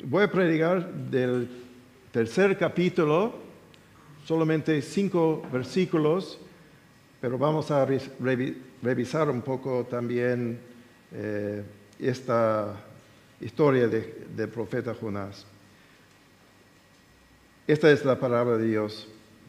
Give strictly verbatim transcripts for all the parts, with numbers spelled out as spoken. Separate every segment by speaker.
Speaker 1: voy a predicar del tercer capítulo, solamente cinco versículos, pero vamos a re revisar un poco también eh, esta historia de, del profeta Jonás. Esta es la palabra de Dios.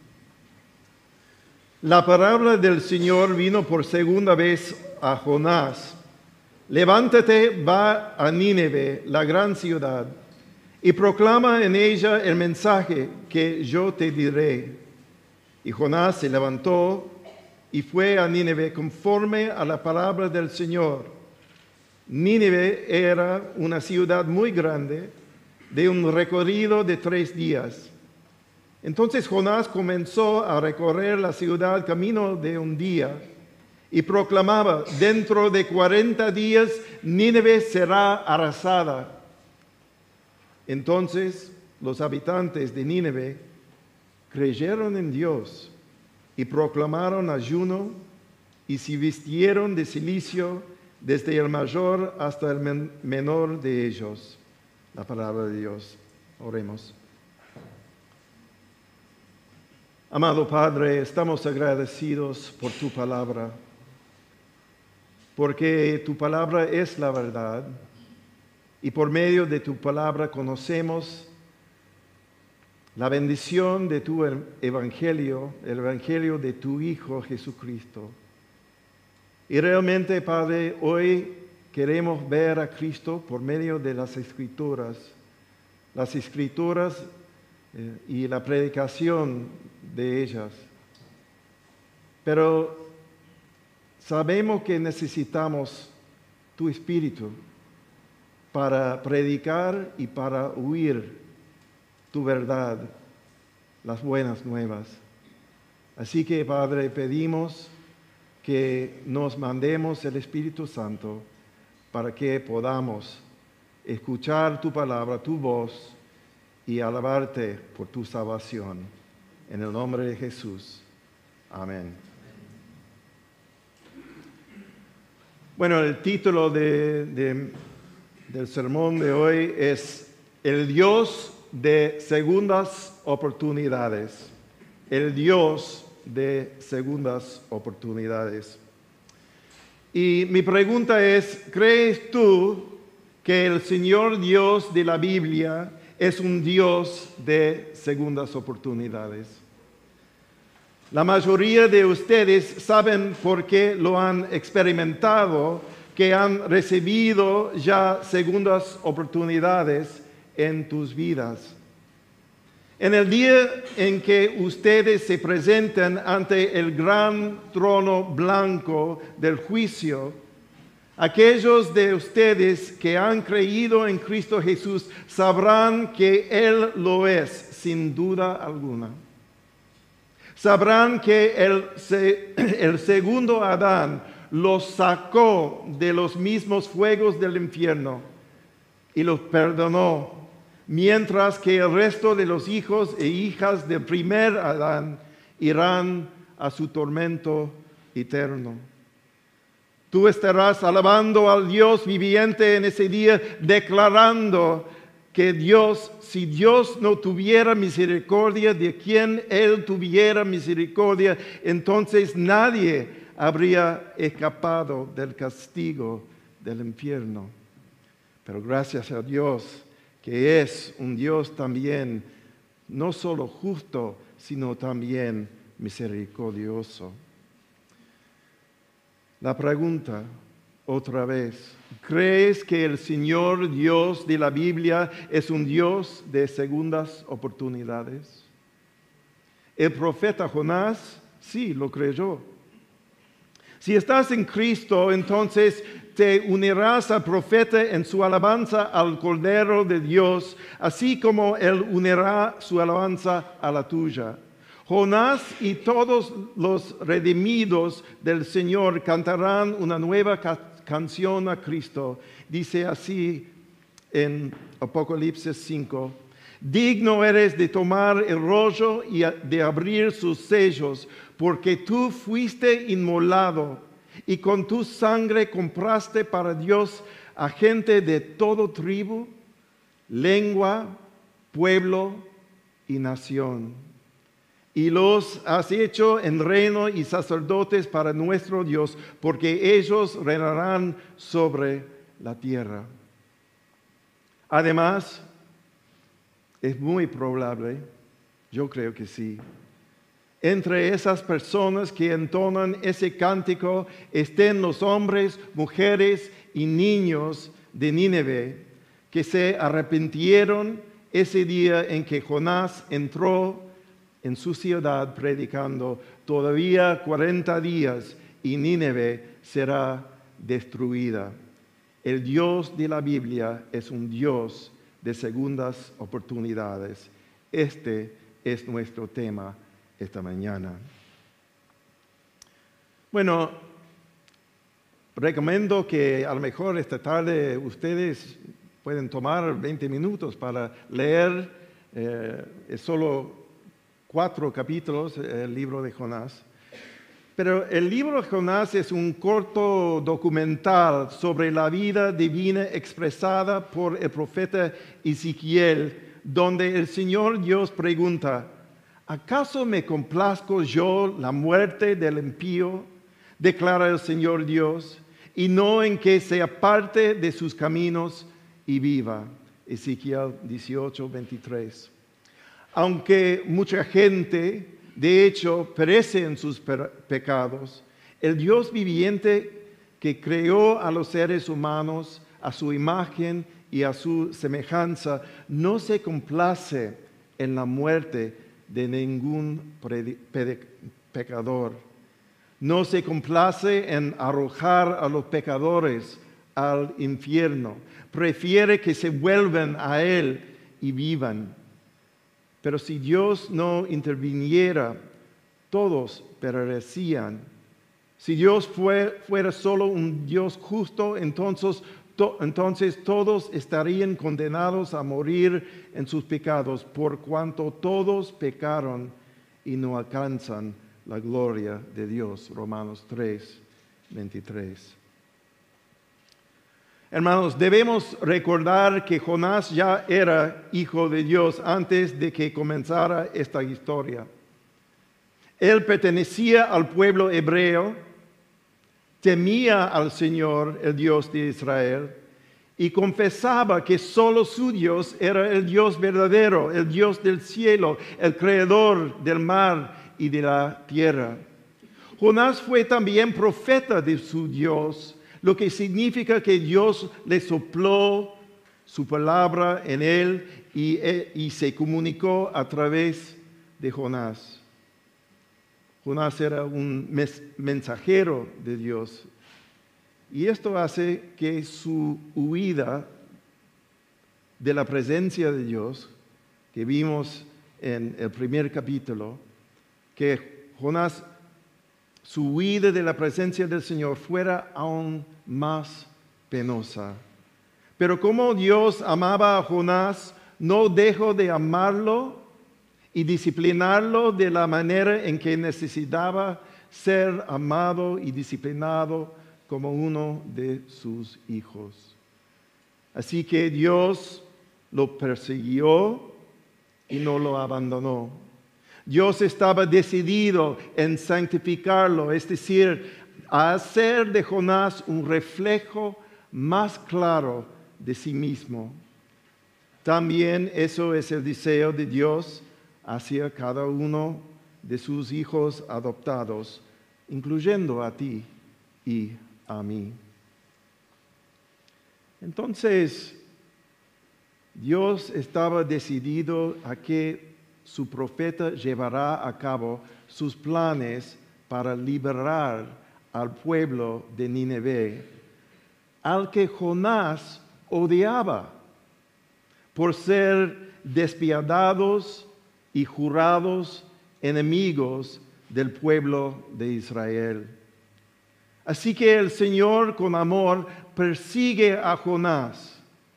Speaker 1: La palabra del Señor vino por segunda vez a Jonás. Levántate, va a Nínive, la gran ciudad, y proclama en ella el mensaje que yo te diré. Y Jonás se levantó y fue a Nínive conforme a la palabra del Señor. Nínive era una ciudad muy grande, de un recorrido de tres días. Entonces Jonás comenzó a recorrer la ciudad camino de un día y proclamaba: dentro de cuarenta días Nínive será arrasada. Entonces los habitantes de Nínive creyeron en Dios y proclamaron ayuno y se vistieron de cilicio desde el mayor hasta el men menor de ellos. La palabra de Dios. Oremos. Amado Padre, estamos agradecidos por tu palabra, porque tu palabra es la verdad y por medio de tu palabra conocemos la bendición de tu evangelio, el evangelio de tu Hijo Jesucristo. Y realmente, Padre, hoy queremos ver a Cristo por medio de las Escrituras, las Escrituras eh, y la predicación de ellas. Pero sabemos que necesitamos tu Espíritu para predicar y para oír tu verdad, las buenas nuevas. Así que, Padre, pedimos que nos mandemos el Espíritu Santo para que podamos escuchar tu palabra, tu voz y alabarte por tu salvación. En el nombre de Jesús. Amén. Bueno, el título de, de, del sermón de hoy es El Dios de segundas oportunidades. El Dios de segundas oportunidades. Y mi pregunta es, ¿crees tú que el Señor Dios de la Biblia es un Dios de segundas oportunidades? La mayoría de ustedes saben por qué lo han experimentado, que han recibido ya segundas oportunidades en tus vidas. En el día en que ustedes se presenten ante el gran trono blanco del juicio, aquellos de ustedes que han creído en Cristo Jesús sabrán que Él lo es, sin duda alguna. Sabrán que el, el segundo Adán los sacó de los mismos fuegos del infierno y los perdonó, mientras que el resto de los hijos e hijas del primer Adán irán a su tormento eterno. Tú estarás alabando al Dios viviente en ese día, declarando que Dios, si Dios no tuviera misericordia de quien Él tuviera misericordia, entonces nadie habría escapado del castigo del infierno. Pero gracias a Dios, que es un Dios también, no solo justo, sino también misericordioso. La pregunta, otra vez, ¿crees que el Señor Dios de la Biblia es un Dios de segundas oportunidades? El profeta Jonás, sí, lo creyó. Si estás en Cristo, entonces te unirás al profeta en su alabanza al Cordero de Dios, así como Él unirá su alabanza a la tuya. Jonás y todos los redimidos del Señor cantarán una nueva ca canción a Cristo. Dice así en Apocalipsis cinco. Digno eres de tomar el rollo y de abrir sus sellos, porque tú fuiste inmolado y con tu sangre compraste para Dios a gente de todo tribu, lengua, pueblo y nación. Y los has hecho en reino y sacerdotes para nuestro Dios, porque ellos reinarán sobre la tierra. Además, es muy probable, yo creo que sí, entre esas personas que entonan ese cántico estén los hombres, mujeres y niños de Nínive, que se arrepintieron ese día en que Jonás entró en su ciudad predicando: todavía cuarenta días y Nínive será destruida. El Dios de la Biblia es un Dios de segundas oportunidades. Este es nuestro tema esta mañana. Bueno, recomiendo que a lo mejor esta tarde ustedes pueden tomar veinte minutos para leer, eh, es solo cuatro capítulos, el libro de Jonás. Pero el libro de Jonás es un corto documental sobre la vida divina expresada por el profeta Ezequiel, donde el Señor Dios pregunta: ¿acaso me complazco yo la muerte del impío? Declara el Señor Dios, y no en que se aparte de sus caminos y viva. Ezequiel dieciocho, veintitrés. Aunque mucha gente, de hecho, perece en sus pecados, el Dios viviente que creó a los seres humanos a su imagen y a su semejanza, no se complace en la muerte de ningún pecador. No se complace en arrojar a los pecadores al infierno. Prefiere que se vuelvan a Él y vivan. Pero si Dios no interviniera, todos perecían. Si Dios fue, fuera solo un Dios justo, entonces, to, entonces todos estarían condenados a morir en sus pecados, por cuanto todos pecaron y no alcanzan la gloria de Dios. Romanos tres, veintitrés. Hermanos, debemos recordar que Jonás ya era hijo de Dios antes de que comenzara esta historia. Él pertenecía al pueblo hebreo, temía al Señor, el Dios de Israel, y confesaba que solo su Dios era el Dios verdadero, el Dios del cielo, el creador del mar y de la tierra. Jonás fue también profeta de su Dios, lo que significa que Dios le sopló su palabra en él y, y se comunicó a través de Jonás. Jonás era un mensajero de Dios. Y esto hace que su huida de la presencia de Dios, que vimos en el primer capítulo, que Jonás, su huida de la presencia del Señor fuera aún más penosa. Pero como Dios amaba a Jonás, no dejó de amarlo y disciplinarlo de la manera en que necesitaba ser amado y disciplinado como uno de sus hijos. Así que Dios lo persiguió y no lo abandonó. Dios estaba decidido en santificarlo, es decir, a hacer de Jonás un reflejo más claro de sí mismo. También eso es el deseo de Dios hacia cada uno de sus hijos adoptados, incluyendo a ti y a mí. Entonces, Dios estaba decidido a que su profeta llevará a cabo sus planes para liberar al pueblo de Nínive, al que Jonás odiaba por ser despiadados y jurados enemigos del pueblo de Israel. Así que el Señor con amor persigue a Jonás.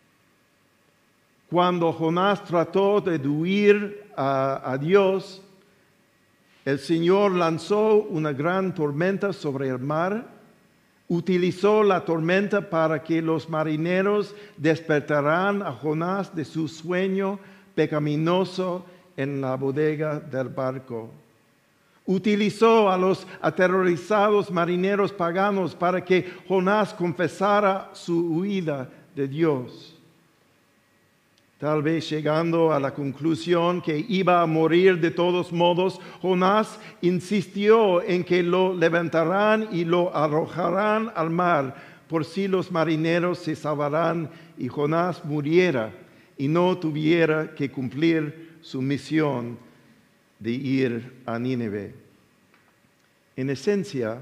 Speaker 1: Cuando Jonás trató de huir a, a Dios, el Señor lanzó una gran tormenta sobre el mar, Utilizó la tormenta para que los marineros despertaran a Jonás de su sueño pecaminoso en la bodega del barco. Utilizó a los aterrorizados marineros paganos para que Jonás confesara su huida de Dios. Tal vez llegando a la conclusión que iba a morir de todos modos, Jonás insistió en que lo levantarán y lo arrojarán al mar, por si los marineros se salvarán y Jonás muriera y no tuviera que cumplir su misión de ir a Nínive. En esencia,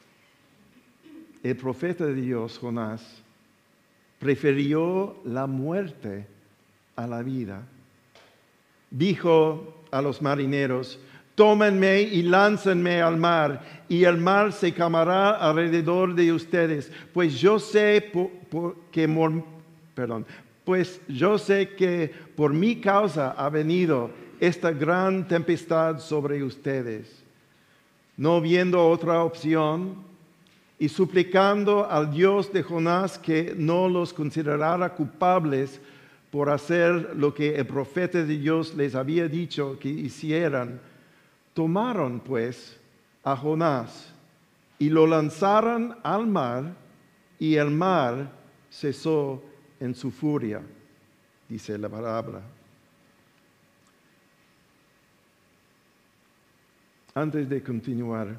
Speaker 1: el profeta de Dios, Jonás, prefirió la muerte a la vida. Dijo a los marineros: tómenme y láncenme al mar, y el mar se calmará alrededor de ustedes, pues yo sé por, por, que mor, perdón, pues yo sé que por mi causa ha venido esta gran tempestad sobre ustedes. No viendo otra opción y suplicando al Dios de Jonás que no los considerara culpables por hacer lo que el profeta de Dios les había dicho que hicieran, tomaron pues a Jonás y lo lanzaron al mar, y el mar cesó en su furia, dice la palabra. Antes de continuar,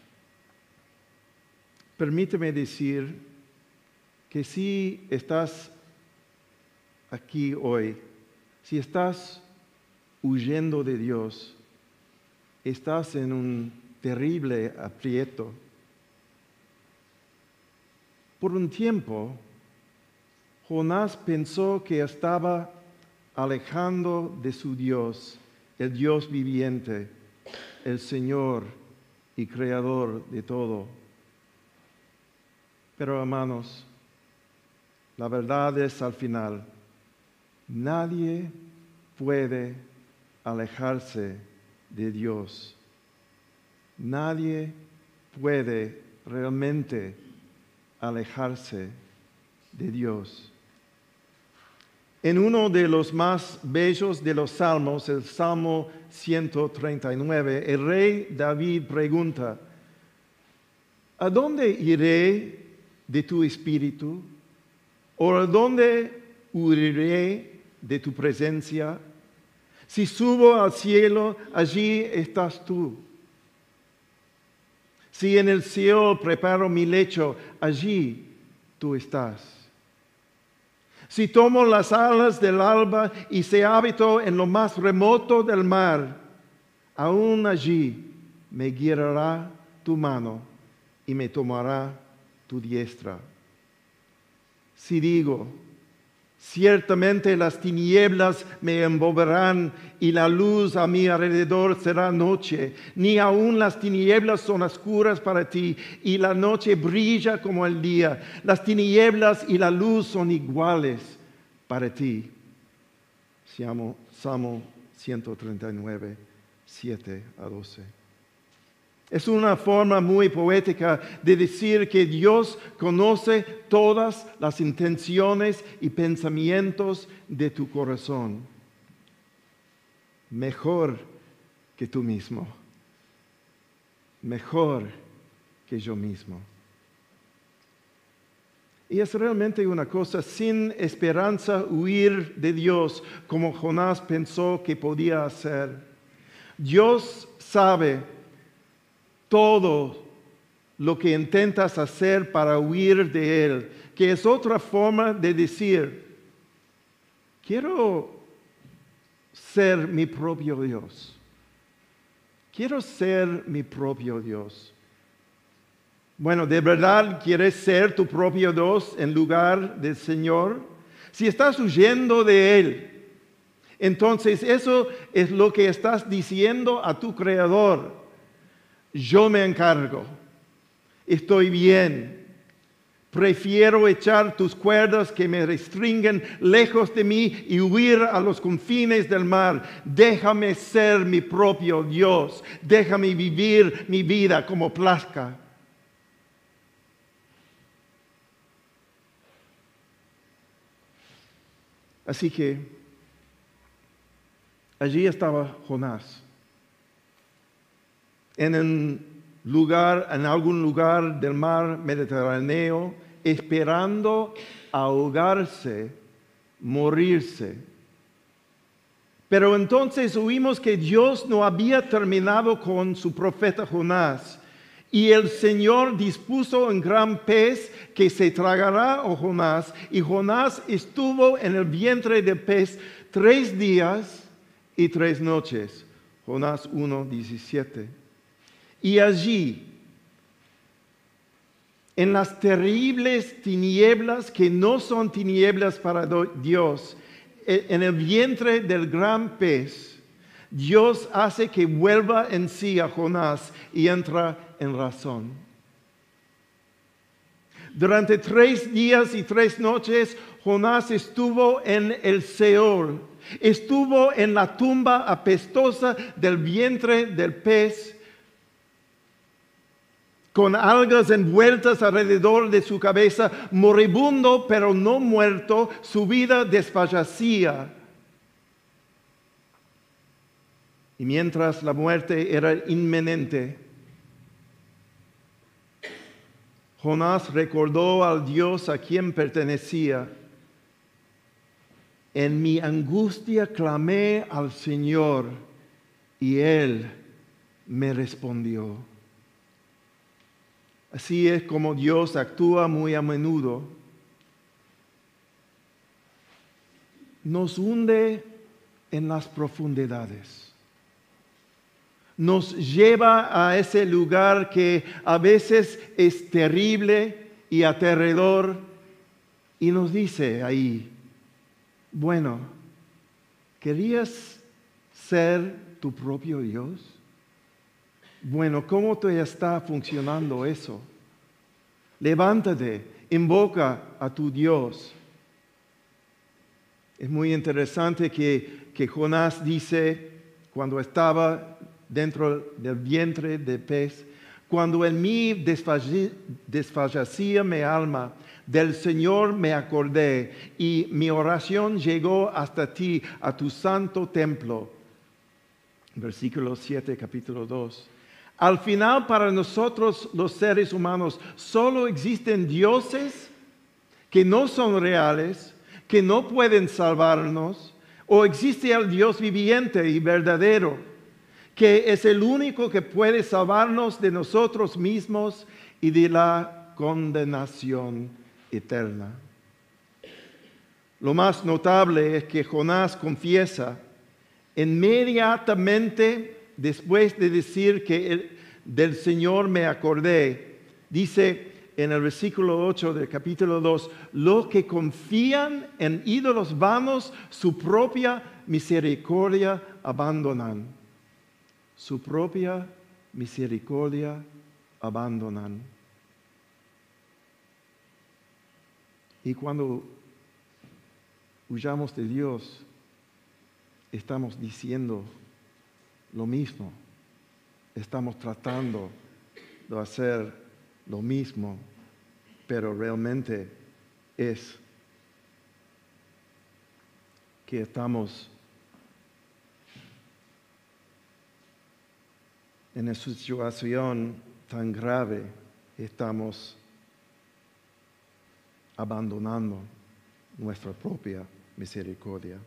Speaker 1: permíteme decir que si estás aquí hoy, si estás huyendo de Dios, estás en un terrible aprieto. Por un tiempo, Jonás pensó que estaba alejando de su Dios, el Dios viviente, el Señor y Creador de todo. Pero hermanos, la verdad es al final, nadie puede alejarse de Dios. Nadie puede realmente alejarse de Dios. En uno de los más bellos de los salmos, el Salmo ciento treinta y nueve, el rey David pregunta: ¿a dónde iré de tu espíritu? ¿O a dónde huiré de tu presencia? Si subo al cielo, allí estás tú. Si en el cielo preparo mi lecho, allí tú estás. Si tomo las alas del alba y se habito en lo más remoto del mar, aún allí me guiará tu mano y me tomará tu diestra. Si digo, ciertamente las tinieblas me envolverán y la luz a mi alrededor será noche, ni aun las tinieblas son oscuras para ti y la noche brilla como el día. Las tinieblas y la luz son iguales para ti. Salmo ciento treinta y nueve, siete a doce. Es una forma muy poética de decir que Dios conoce todas las intenciones y pensamientos de tu corazón, mejor que tú mismo, mejor que yo mismo. Y es realmente una cosa sin esperanza huir de Dios, como Jonás pensó que podía hacer. Dios sabe todo lo que intentas hacer para huir de Él, que es otra forma de decir: quiero ser mi propio Dios. Quiero ser mi propio Dios. Bueno, ¿de verdad quieres ser tu propio Dios en lugar del Señor? Si estás huyendo de Él, entonces eso es lo que estás diciendo a tu Creador: yo me encargo, estoy bien, prefiero echar tus cuerdas que me restringen lejos de mí y huir a los confines del mar. Déjame ser mi propio Dios, déjame vivir mi vida como plazca. Así que allí estaba Jonás, en un lugar, en algún lugar del mar Mediterráneo, esperando ahogarse, morirse. Pero entonces oímos que Dios no había terminado con su profeta Jonás, y el Señor dispuso un gran pez que se tragará a Jonás, y Jonás estuvo en el vientre del pez tres días y tres noches. Jonás uno, diecisiete. Y allí, en las terribles tinieblas que no son tinieblas para Dios, en el vientre del gran pez, Dios hace que vuelva en sí a Jonás y entra en razón. Durante tres días y tres noches, Jonás estuvo en el Seol, estuvo en la tumba apestosa del vientre del pez, con algas envueltas alrededor de su cabeza, moribundo pero no muerto, su vida desfallecía. Y mientras la muerte era inminente, Jonás recordó al Dios a quien pertenecía. En mi angustia clamé al Señor y Él me respondió. Así es como Dios actúa muy a menudo. Nos hunde en las profundidades. Nos lleva a ese lugar que a veces es terrible y aterrador y nos dice ahí, bueno, ¿querías ser tu propio Dios? Bueno, ¿cómo te está funcionando eso? Levántate, invoca a tu Dios. Es muy interesante que, que Jonás dice, cuando estaba dentro del vientre del pez, cuando en mí desfallecía mi alma, del Señor me acordé y mi oración llegó hasta ti, a tu santo templo. Versículo siete, capítulo dos. Al final, para nosotros los seres humanos, solo existen dioses que no son reales, que no pueden salvarnos, o existe el Dios viviente y verdadero, que es el único que puede salvarnos de nosotros mismos y de la condenación eterna. Lo más notable es que Jonás confiesa inmediatamente después de decir que el, del Señor me acordé, dice en el versículo ocho del capítulo dos, los que confían en ídolos vanos, su propia misericordia abandonan. Su propia misericordia abandonan. Y cuando huyamos de Dios, estamos diciendo lo mismo. Estamos tratando de hacer lo mismo, pero realmente es que estamos en una situación tan grave, estamos abandonando nuestra propia misericordia.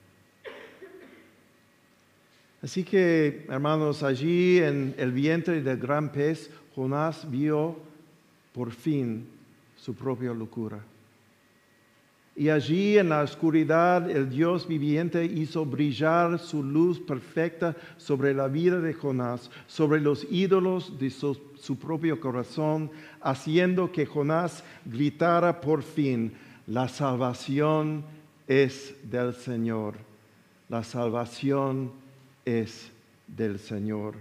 Speaker 1: Así que, hermanos, allí en el vientre del gran pez, Jonás vio por fin su propia locura. Y allí en la oscuridad el Dios viviente hizo brillar su luz perfecta sobre la vida de Jonás, sobre los ídolos de su, su propio corazón, haciendo que Jonás gritara por fin, la salvación es del Señor, la salvación es del Señor.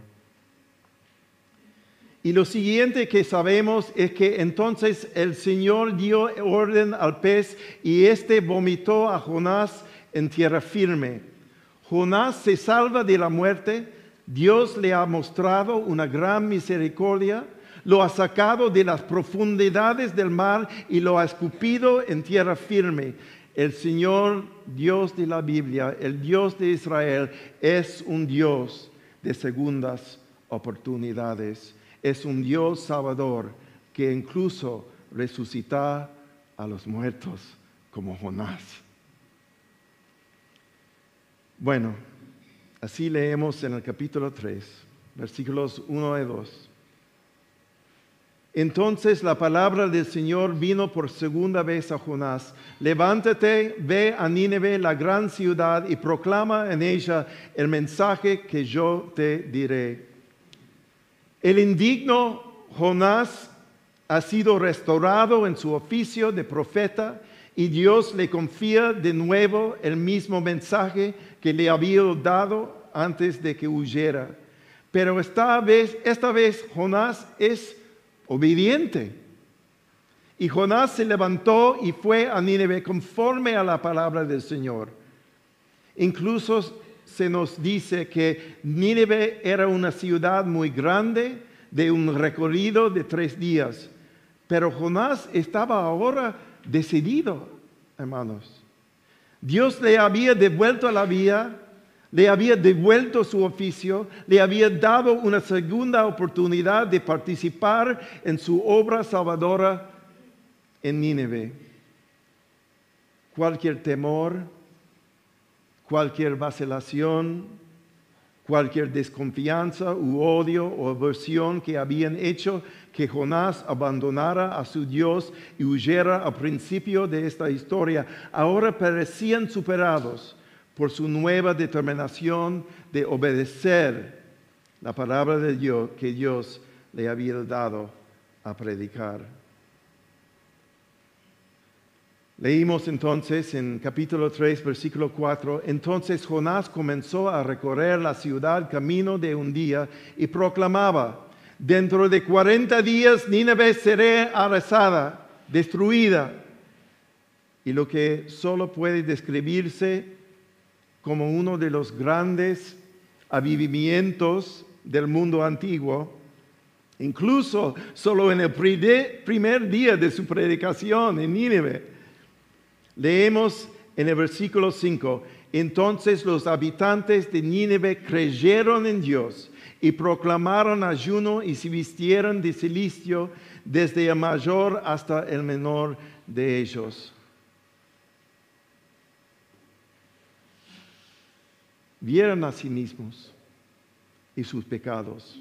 Speaker 1: Y lo siguiente que sabemos es que entonces el Señor dio orden al pez y éste vomitó a Jonás en tierra firme. Jonás se salva de la muerte. Dios le ha mostrado una gran misericordia, lo ha sacado de las profundidades del mar y lo ha escupido en tierra firme. El Señor Dios de la Biblia, el Dios de Israel, es un Dios de segundas oportunidades. Es un Dios salvador que incluso resucita a los muertos como Jonás. Bueno, así leemos en el capítulo tres, versículos uno y dos. Entonces la palabra del Señor vino por segunda vez a Jonás. Levántate, ve a Nínive, la gran ciudad, y proclama en ella el mensaje que yo te diré. El indigno Jonás ha sido restaurado en su oficio de profeta y Dios le confía de nuevo el mismo mensaje que le había dado antes de que huyera. Pero esta vez, esta vez Jonás es obediente. Y Jonás se levantó y fue a Nínive conforme a la palabra del Señor. Incluso se nos dice que Nínive era una ciudad muy grande, de un recorrido de tres días. Pero Jonás estaba ahora decidido, hermanos. Dios le había devuelto a la vida, le había devuelto su oficio, le había dado una segunda oportunidad de participar en su obra salvadora en Nínive. Cualquier temor, cualquier vacilación, cualquier desconfianza u odio o aversión que habían hecho que Jonás abandonara a su Dios y huyera al principio de esta historia, ahora parecían superados por su nueva determinación de obedecer la palabra de Dios que Dios le había dado a predicar. Leímos entonces en capítulo tres, versículo cuatro, entonces Jonás comenzó a recorrer la ciudad camino de un día y proclamaba, dentro de cuarenta días Nínive será arrasada, destruida. Y lo que solo puede describirse como uno de los grandes avivamientos del mundo antiguo, incluso solo en el primer día de su predicación en Nínive. Leemos en el versículo cinco, entonces los habitantes de Nínive creyeron en Dios y proclamaron ayuno y se vistieron de cilicio desde el mayor hasta el menor de ellos. Vieron a sí mismos y sus pecados.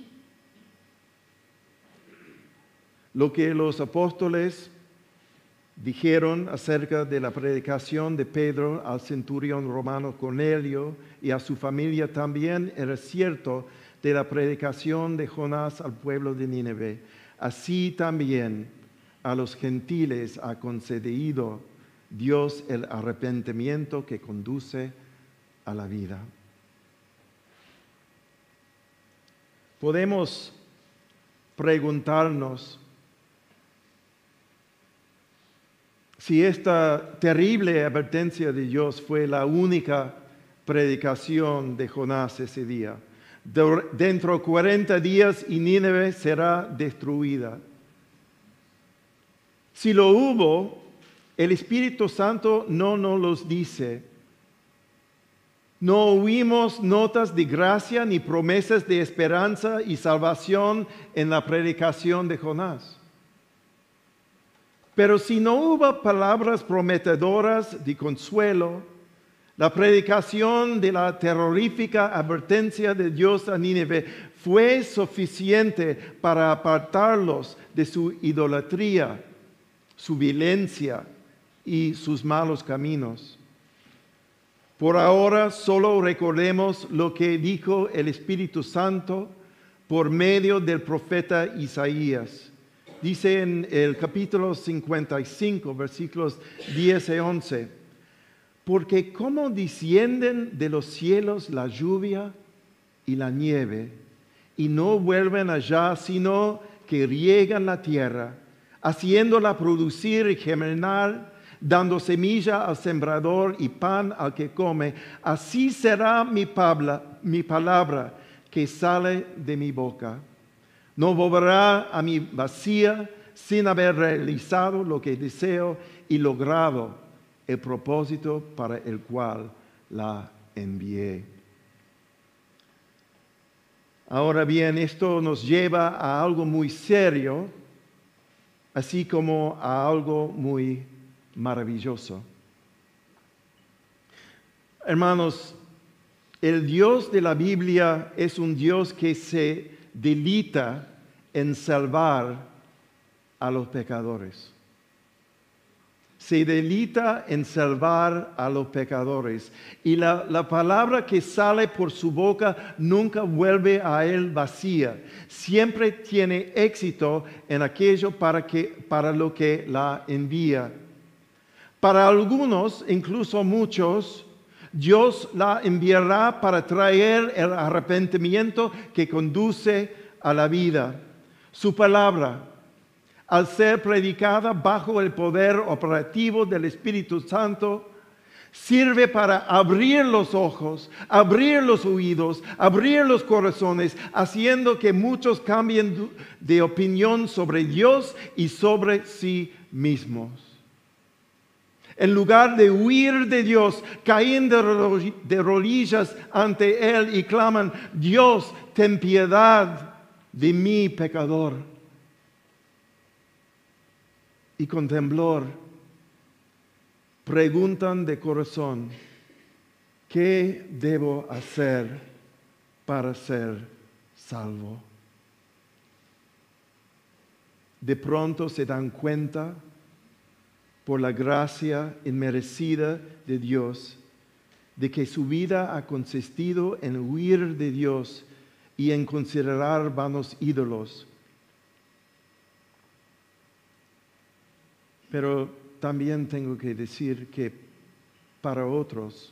Speaker 1: Lo que los apóstoles dijeron acerca de la predicación de Pedro al centurión romano Cornelio y a su familia también era cierto de la predicación de Jonás al pueblo de Nínive. Así también a los gentiles ha concedido Dios el arrepentimiento que conduce a la vida. Podemos preguntarnos si esta terrible advertencia de Dios fue la única predicación de Jonás ese día. Dentro de cuarenta días y Nínive será destruida. Si lo hubo, el Espíritu Santo no nos los dice. No oímos notas de gracia ni promesas de esperanza y salvación en la predicación de Jonás. Pero si no hubo palabras prometedoras de consuelo, la predicación de la terrorífica advertencia de Dios a Nínive fue suficiente para apartarlos de su idolatría, su violencia y sus malos caminos. Por ahora solo recordemos lo que dijo el Espíritu Santo por medio del profeta Isaías. Dice en el capítulo cincuenta y cinco, versículos diez y once, porque como descienden de los cielos la lluvia y la nieve, y no vuelven allá, sino que riegan la tierra, haciéndola producir y germinar, dando semilla al sembrador y pan al que come, así será mi palabra, mi palabra que sale de mi boca. No volverá a mí vacía sin haber realizado lo que deseo y logrado el propósito para el cual la envié. Ahora bien, esto nos lleva a algo muy serio, así como a algo muy maravilloso. Hermanos, el Dios de la Biblia es un Dios que se deleita en salvar a los pecadores. Se deleita en salvar a los pecadores. Y la, la palabra que sale por su boca nunca vuelve a él vacía. Siempre tiene éxito en aquello para, que, para lo que la envía. Para algunos, incluso muchos, Dios la enviará para traer el arrepentimiento que conduce a la vida. Su palabra, al ser predicada bajo el poder operativo del Espíritu Santo, sirve para abrir los ojos, abrir los oídos, abrir los corazones, haciendo que muchos cambien de opinión sobre Dios y sobre sí mismos. En lugar de huir de Dios, caen de rodillas ante Él y claman: Dios, ten piedad de mí, pecador. Y con temblor preguntan de corazón: ¿qué debo hacer para ser salvo? De pronto se dan cuenta, por la gracia inmerecida de Dios, de que su vida ha consistido en huir de Dios y en considerar vanos ídolos. Pero también tengo que decir que para otros,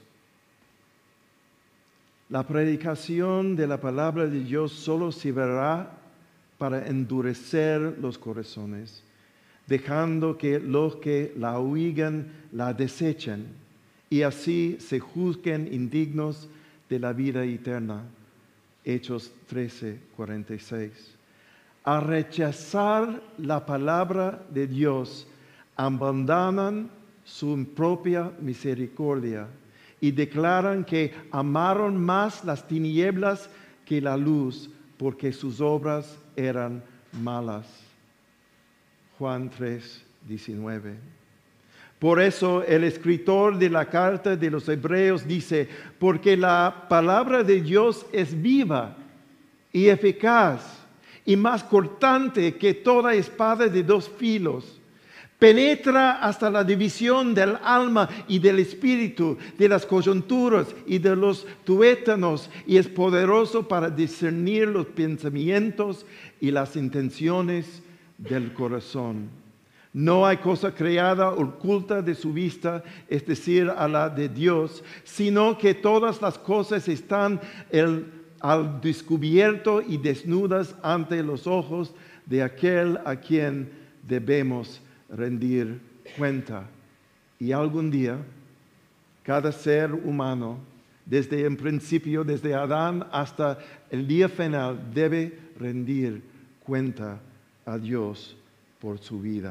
Speaker 1: la predicación de la palabra de Dios solo servirá para endurecer los corazones, dejando que los que la oigan la desechen y así se juzguen indignos de la vida eterna. Hechos trece, cuarenta y seis. Al rechazar la palabra de Dios, abandonan su propia misericordia y declaran que amaron más las tinieblas que la luz, porque sus obras eran malas. Juan tres, diecinueve. Por eso el escritor de la carta de los Hebreos dice: porque la palabra de Dios es viva y eficaz y más cortante que toda espada de dos filos. Penetra hasta la división del alma y del espíritu, de las coyunturas y de los tuétanos, y es poderoso para discernir los pensamientos y las intenciones del corazón. No hay cosa creada oculta de su vista, es decir, a la de Dios, sino que todas las cosas están el, al descubierto y desnudas ante los ojos de aquel a quien debemos rendir cuenta. Y algún día, cada ser humano, desde el principio, desde Adán hasta el día final, debe rendir cuenta a Dios por su vida.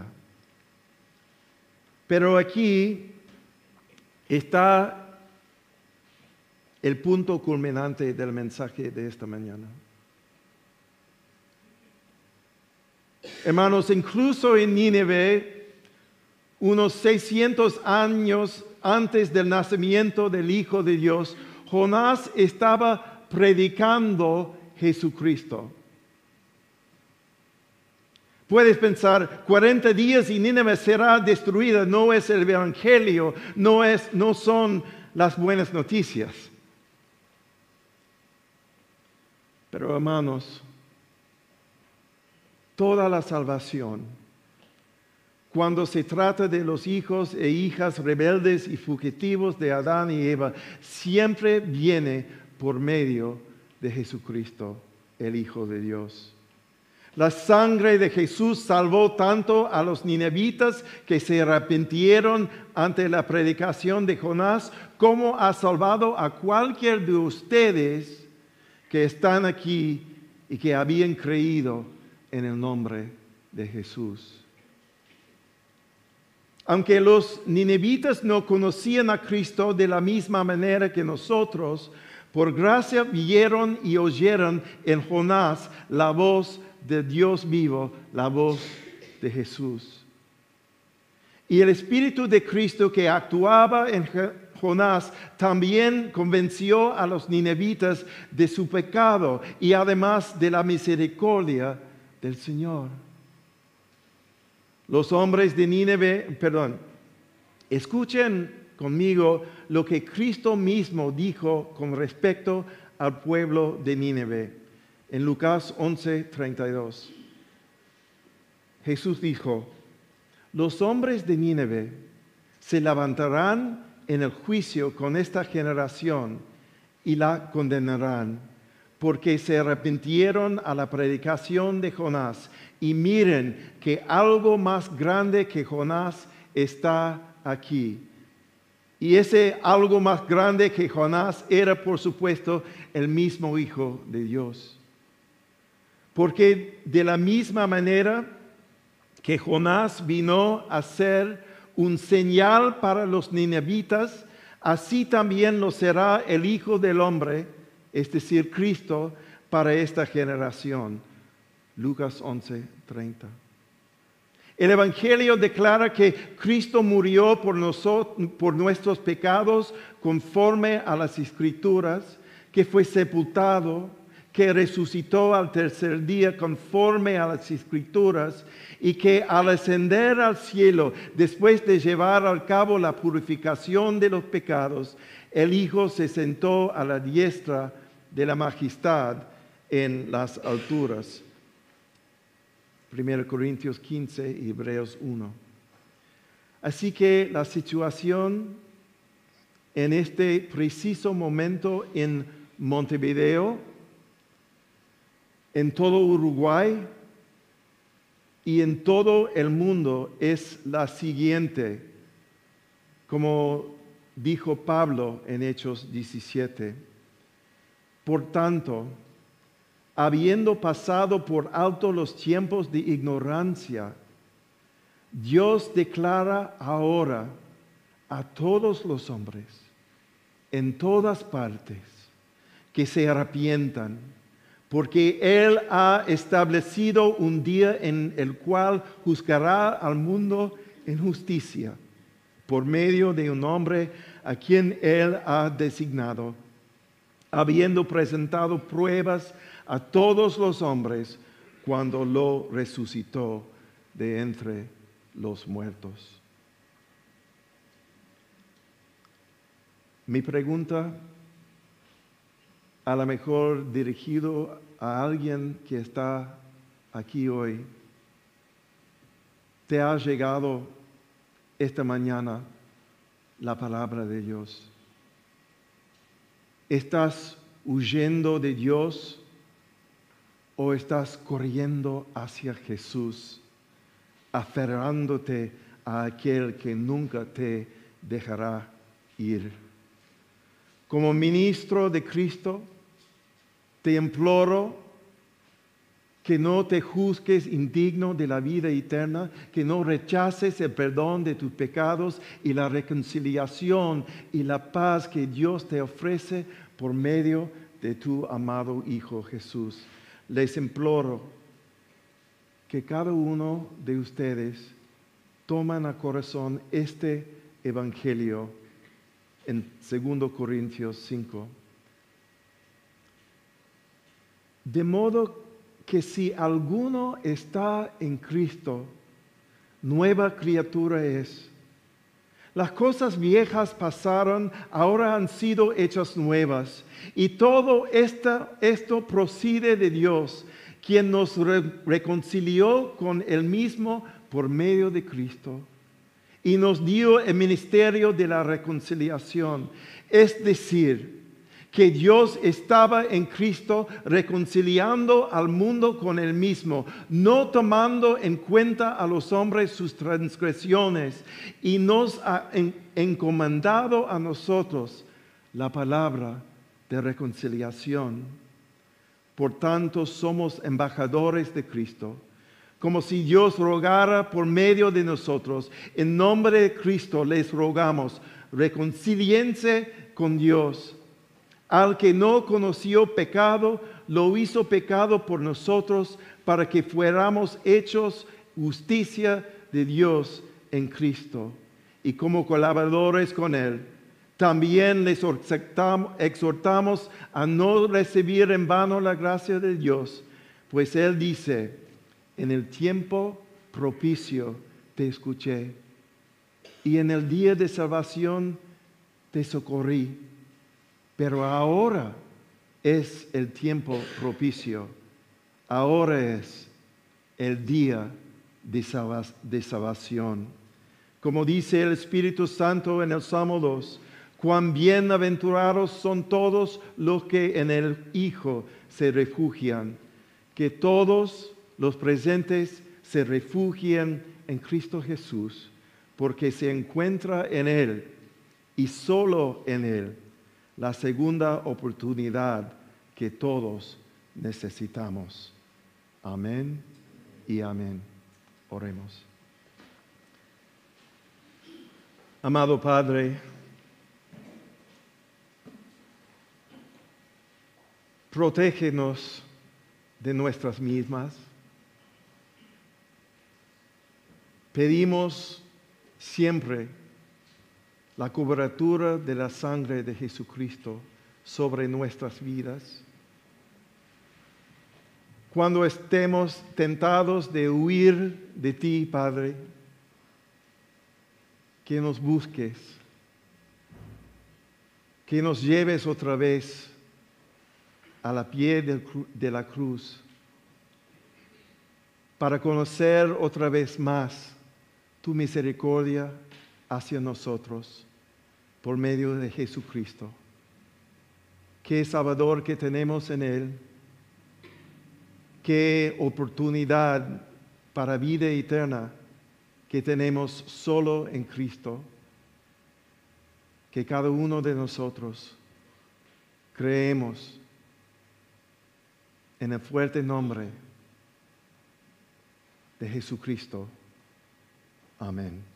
Speaker 1: Pero aquí está el punto culminante del mensaje de esta mañana. Hermanos, incluso en Nínive, unos seiscientos años antes del nacimiento del Hijo de Dios, Jonás estaba predicando Jesucristo. Puedes pensar, cuarenta días y Nínive será destruida. No es el Evangelio, no, es, no son las buenas noticias. Pero hermanos, toda la salvación, cuando se trata de los hijos e hijas rebeldes y fugitivos de Adán y Eva, siempre viene por medio de Jesucristo, el Hijo de Dios. La sangre de Jesús salvó tanto a los ninevitas que se arrepintieron ante la predicación de Jonás, como ha salvado a cualquier de ustedes que están aquí y que habían creído en el nombre de Jesús. Aunque los ninevitas no conocían a Cristo de la misma manera que nosotros, por gracia vieron y oyeron en Jonás la voz de Dios vivo, la voz de Jesús. Y el Espíritu de Cristo que actuaba en Jonás también convenció a los ninevitas de su pecado y además de la misericordia del Señor. Los hombres de Nínive, perdón, escuchen conmigo lo que Cristo mismo dijo con respecto al pueblo de Nínive. En Lucas once, treinta y dos. Jesús dijo: los hombres de Nínive se levantarán en el juicio con esta generación y la condenarán, porque se arrepintieron a la predicación de Jonás. Y miren que algo más grande que Jonás está aquí. Y ese algo más grande que Jonás era, por supuesto, el mismo Hijo de Dios. Porque de la misma manera que Jonás vino a ser un señal para los ninevitas, así también lo será el Hijo del Hombre, es decir, Cristo, para esta generación. Lucas once, treinta. El Evangelio declara que Cristo murió por, nosotros, por nuestros pecados conforme a las Escrituras, que fue sepultado, que resucitó al tercer día conforme a las Escrituras, y que al ascender al cielo, después de llevar a cabo la purificación de los pecados, el Hijo se sentó a la diestra de la majestad en las alturas. primera Corintios quince y Hebreos uno. Así que la situación en este preciso momento en Montevideo, en todo Uruguay y en todo el mundo es la siguiente, como dijo Pablo en Hechos diecisiete. Por tanto, habiendo pasado por alto los tiempos de ignorancia, Dios declara ahora a todos los hombres, en todas partes, que se arrepientan, porque Él ha establecido un día en el cual juzgará al mundo en justicia, por medio de un hombre a quien Él ha designado, habiendo presentado pruebas a todos los hombres cuando lo resucitó de entre los muertos. Mi pregunta, a lo mejor dirigido a alguien que está aquí hoy: ¿te ha llegado esta mañana la palabra de Dios? ¿Estás huyendo de Dios o estás corriendo hacia Jesús, aferrándote a aquel que nunca te dejará ir? Como ministro de Cristo, te imploro que no te juzgues indigno de la vida eterna, que no rechaces el perdón de tus pecados y la reconciliación y la paz que Dios te ofrece por medio de tu amado Hijo Jesús. Les imploro que cada uno de ustedes tomen a corazón este Evangelio en segunda Corintios cinco. De modo que si alguno está en Cristo, nueva criatura es. Las cosas viejas pasaron, ahora han sido hechas nuevas. Y todo esto, esto procede de Dios, quien nos re- reconcilió con Él mismo por medio de Cristo y nos dio el ministerio de la reconciliación. Es decir, que Dios estaba en Cristo reconciliando al mundo con Él mismo, no tomando en cuenta a los hombres sus transgresiones, y nos ha encomendado a nosotros la palabra de reconciliación. Por tanto, somos embajadores de Cristo, como si Dios rogara por medio de nosotros. En nombre de Cristo les rogamos, reconcíliense con Dios. Al que no conoció pecado, lo hizo pecado por nosotros, para que fuéramos hechos justicia de Dios en Cristo. Y como colaboradores con Él, también les exhortamos a no recibir en vano la gracia de Dios, pues Él dice: en el tiempo propicio te escuché, y en el día de salvación te socorrí. Pero ahora es el tiempo propicio, ahora es el día de, salva de salvación. Como dice el Espíritu Santo en el Salmo dos, cuán bienaventurados son todos los que en el Hijo se refugian. Que todos los presentes se refugien en Cristo Jesús, porque se encuentra en Él y solo en Él la segunda oportunidad que todos necesitamos. Amén y amén. Oremos. Amado Padre, protégenos de nuestras mismas. Pedimos siempre la cobertura de la sangre de Jesucristo sobre nuestras vidas. Cuando estemos tentados de huir de ti, Padre, que nos busques, que nos lleves otra vez a la pie de la cruz, para conocer otra vez más tu misericordia hacia nosotros por medio de Jesucristo. Qué Salvador que tenemos en Él, qué oportunidad para vida eterna que tenemos solo en Cristo. Que cada uno de nosotros creemos en el fuerte nombre de Jesucristo. Amén.